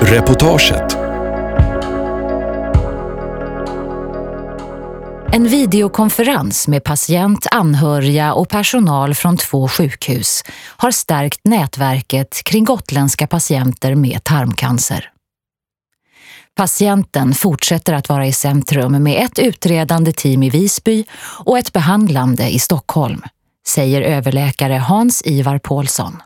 Reportaget. En videokonferens med patient, anhöriga och personal från 2 sjukhus har stärkt nätverket kring gotländska patienter med tarmcancer. Patienten fortsätter att vara i centrum med ett utredande team i Visby och ett behandlande i Stockholm, säger överläkare Hans-Ivar Paulsson.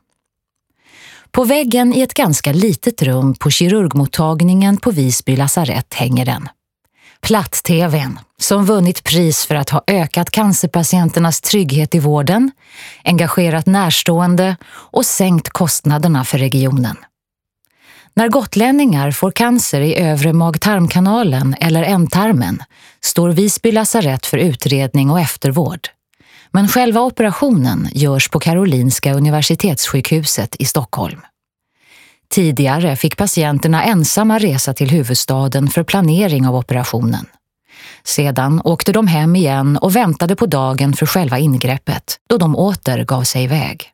På väggen i ett ganska litet rum på kirurgmottagningen på Visby lasarett hänger den. Platt-tvn, som vunnit pris för att ha ökat cancerpatienternas trygghet i vården, engagerat närstående och sänkt kostnaderna för regionen. När gotlänningar får cancer i övre mag-tarmkanalen eller ändtarmen står Visby lasarett för utredning och eftervård. Men själva operationen görs på Karolinska universitetssjukhuset i Stockholm. Tidigare fick patienterna ensamma resa till huvudstaden för planering av operationen. Sedan åkte de hem igen och väntade på dagen för själva ingreppet, då de åter gav sig iväg.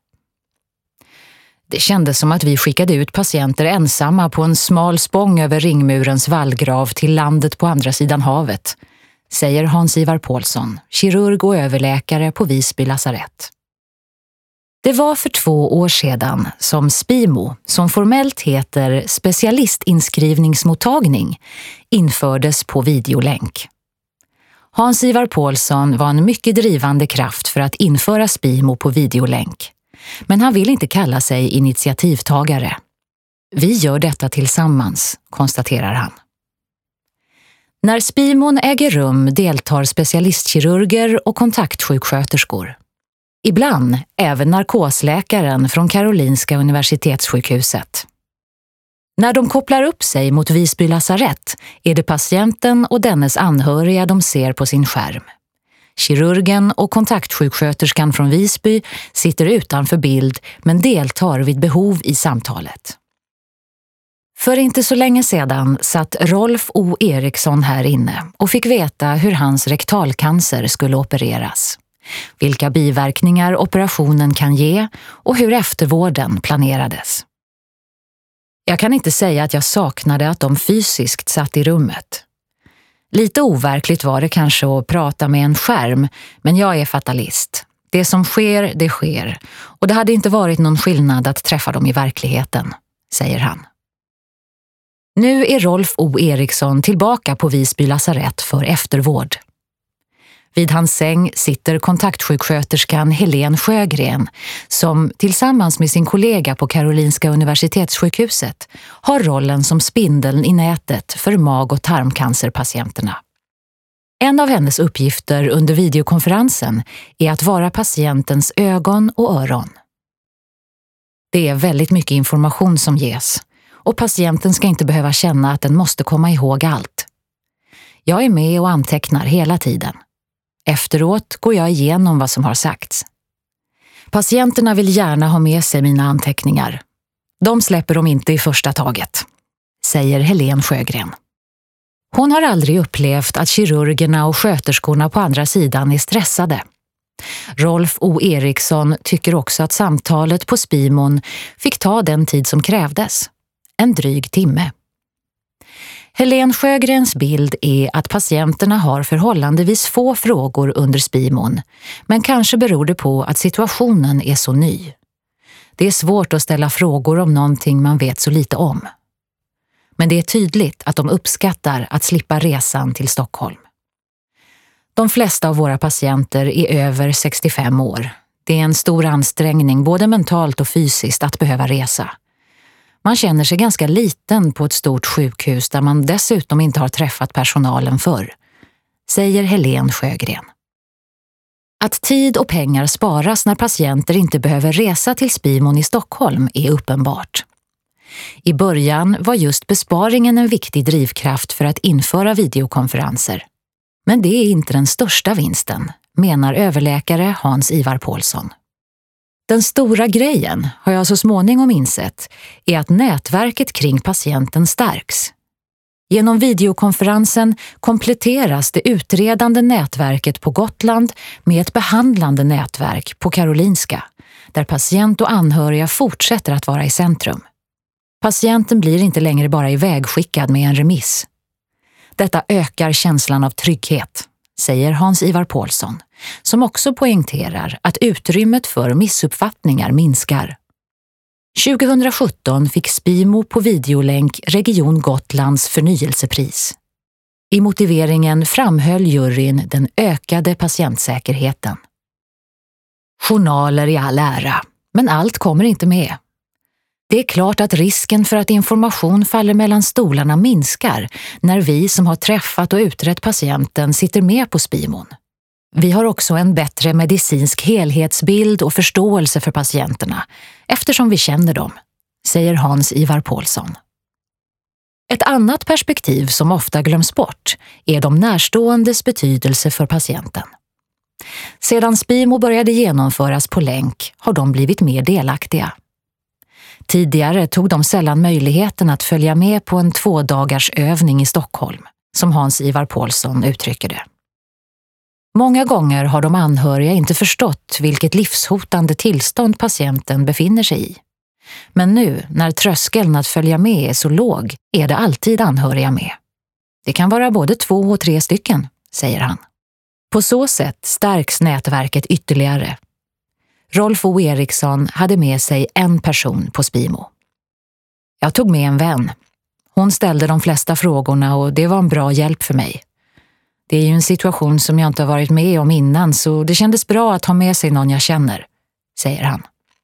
Det kändes som att vi skickade ut patienter ensamma på en smal spång över ringmurens vallgrav till landet på andra sidan havet, säger Hans-Ivar Paulsson, kirurg och överläkare på Visby lasarett. Det var för 2 år sedan som SPIMO, som formellt heter specialistinskrivningsmottagning, infördes på videolänk. Hans-Ivar Paulsson var en mycket drivande kraft för att införa SPIMO på videolänk. Men han vill inte kalla sig initiativtagare. Vi gör detta tillsammans, konstaterar han. När SPIMOn äger rum deltar specialistkirurger och kontaktsjuksköterskor. Ibland även narkosläkaren från Karolinska universitetssjukhuset. När de kopplar upp sig mot Visby lasarett är det patienten och dennes anhöriga de ser på sin skärm. Kirurgen och kontaktsjuksköterskan från Visby sitter utanför bild men deltar vid behov i samtalet. För inte så länge sedan satt Rolf O. Eriksson här inne och fick veta hur hans rektalcancer skulle opereras. Vilka biverkningar operationen kan ge och hur eftervården planerades. Jag kan inte säga att jag saknade att de fysiskt satt i rummet. Lite overkligt var det kanske att prata med en skärm, men jag är fatalist. Det som sker, det sker. Och det hade inte varit någon skillnad att träffa dem i verkligheten, säger han. Nu är Rolf O. Eriksson tillbaka på Visby lasarett för eftervård. Vid hans säng sitter kontaktsjuksköterskan Helene Sjögren som tillsammans med sin kollega på Karolinska universitetssjukhuset har rollen som spindeln i nätet för mag- och tarmcancerpatienterna. En av hennes uppgifter under videokonferensen är att vara patientens ögon och öron. Det är väldigt mycket information som ges och patienten ska inte behöva känna att den måste komma ihåg allt. Jag är med och antecknar hela tiden. Efteråt går jag igenom vad som har sagts. Patienterna vill gärna ha med sig mina anteckningar. De släpper dem inte i första taget, säger Helene Sjögren. Hon har aldrig upplevt att kirurgerna och sköterskorna på andra sidan är stressade. Rolf O. Eriksson tycker också att samtalet på SPIMOn fick ta den tid som krävdes. En dryg timme. Helene Sjögrens bild är att patienterna har förhållandevis få frågor under SPIMOn, men kanske beror det på att situationen är så ny. Det är svårt att ställa frågor om någonting man vet så lite om. Men det är tydligt att de uppskattar att slippa resan till Stockholm. De flesta av våra patienter är över 65 år. Det är en stor ansträngning både mentalt och fysiskt att behöva resa. Man känner sig ganska liten på ett stort sjukhus där man dessutom inte har träffat personalen förr, säger Helene Sjögren. Att tid och pengar sparas när patienter inte behöver resa till SPIMOn i Stockholm är uppenbart. I början var just besparingen en viktig drivkraft för att införa videokonferenser. Men det är inte den största vinsten, menar överläkare Hans-Ivar Paulsson. Den stora grejen, har jag så småningom insett, är att nätverket kring patienten stärks. Genom videokonferensen kompletteras det utredande nätverket på Gotland med ett behandlande nätverk på Karolinska, där patient och anhöriga fortsätter att vara i centrum. Patienten blir inte längre bara ivägskickad med en remiss. Detta ökar känslan av trygghet, säger Hans-Ivar Pålsson, som också poängterar att utrymmet för missuppfattningar minskar. 2017 fick Spimo på videolänk Region Gotlands förnyelsepris. I motiveringen framhöll juryn den ökade patientsäkerheten. Journaler i all ära, men allt kommer inte med. Det är klart att risken för att information faller mellan stolarna minskar när vi som har träffat och utrett patienten sitter med på Spimon. Vi har också en bättre medicinsk helhetsbild och förståelse för patienterna eftersom vi känner dem, säger Hans-Ivar Pålsson. Ett annat perspektiv som ofta glöms bort är de närståendes betydelse för patienten. Sedan Spimo började genomföras på länk har de blivit mer delaktiga. Tidigare tog de sällan möjligheten att följa med på en 2-dagars övning i Stockholm, som Hans-Ivar Pålsson uttrycker det. Många gånger har de anhöriga inte förstått vilket livshotande tillstånd patienten befinner sig i. Men nu, när tröskeln att följa med är så låg, är det alltid anhöriga med. Det kan vara både 2 och 3 stycken, säger han. På så sätt stärks nätverket ytterligare. Rolf O. Eriksson hade med sig en person på Spimo. Jag tog med en vän. Hon ställde de flesta frågorna och det var en bra hjälp för mig. Det är ju en situation som jag inte har varit med om innan, så det kändes bra att ha med sig någon jag känner, säger han.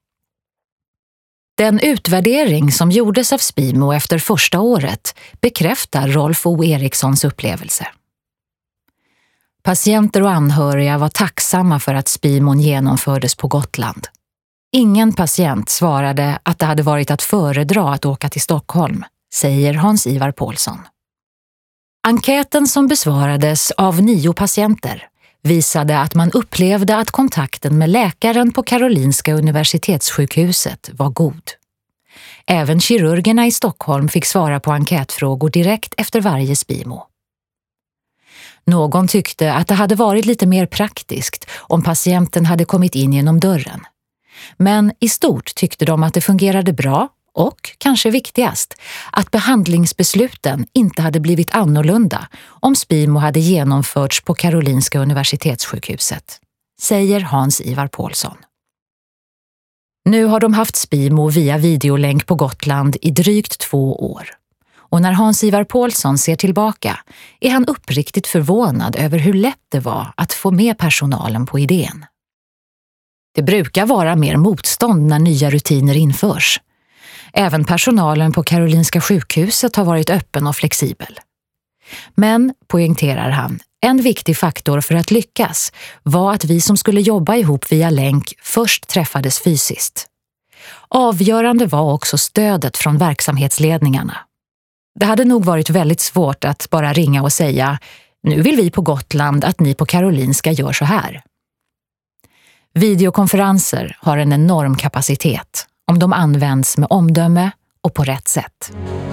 Den utvärdering som gjordes av Spimo efter första året bekräftar Rolf O. Erikssons upplevelse. Patienter och anhöriga var tacksamma för att Spimon genomfördes på Gotland. Ingen patient svarade att det hade varit att föredra att åka till Stockholm, säger Hans-Ivar Pålsson. Enkäten som besvarades av 9 patienter visade att man upplevde att kontakten med läkaren på Karolinska universitetssjukhuset var god. Även kirurgerna i Stockholm fick svara på enkätfrågor direkt efter varje Spimo. Någon tyckte att det hade varit lite mer praktiskt om patienten hade kommit in genom dörren. Men i stort tyckte de att det fungerade bra och, kanske viktigast, att behandlingsbesluten inte hade blivit annorlunda om Spimo hade genomförts på Karolinska universitetssjukhuset, säger Hans-Ivar Pålsson. Nu har de haft Spimo via videolänk på Gotland i drygt 2 år. Och när Hans-Ivar Pålsson ser tillbaka är han uppriktigt förvånad över hur lätt det var att få med personalen på idén. Det brukar vara mer motstånd när nya rutiner införs. Även personalen på Karolinska sjukhuset har varit öppen och flexibel. Men, poängterar han, en viktig faktor för att lyckas var att vi som skulle jobba ihop via länk först träffades fysiskt. Avgörande var också stödet från verksamhetsledningarna. Det hade nog varit väldigt svårt att bara ringa och säga nu vill vi på Gotland att ni på Karolinska gör så här. Videokonferenser har en enorm kapacitet om de används med omdöme och på rätt sätt.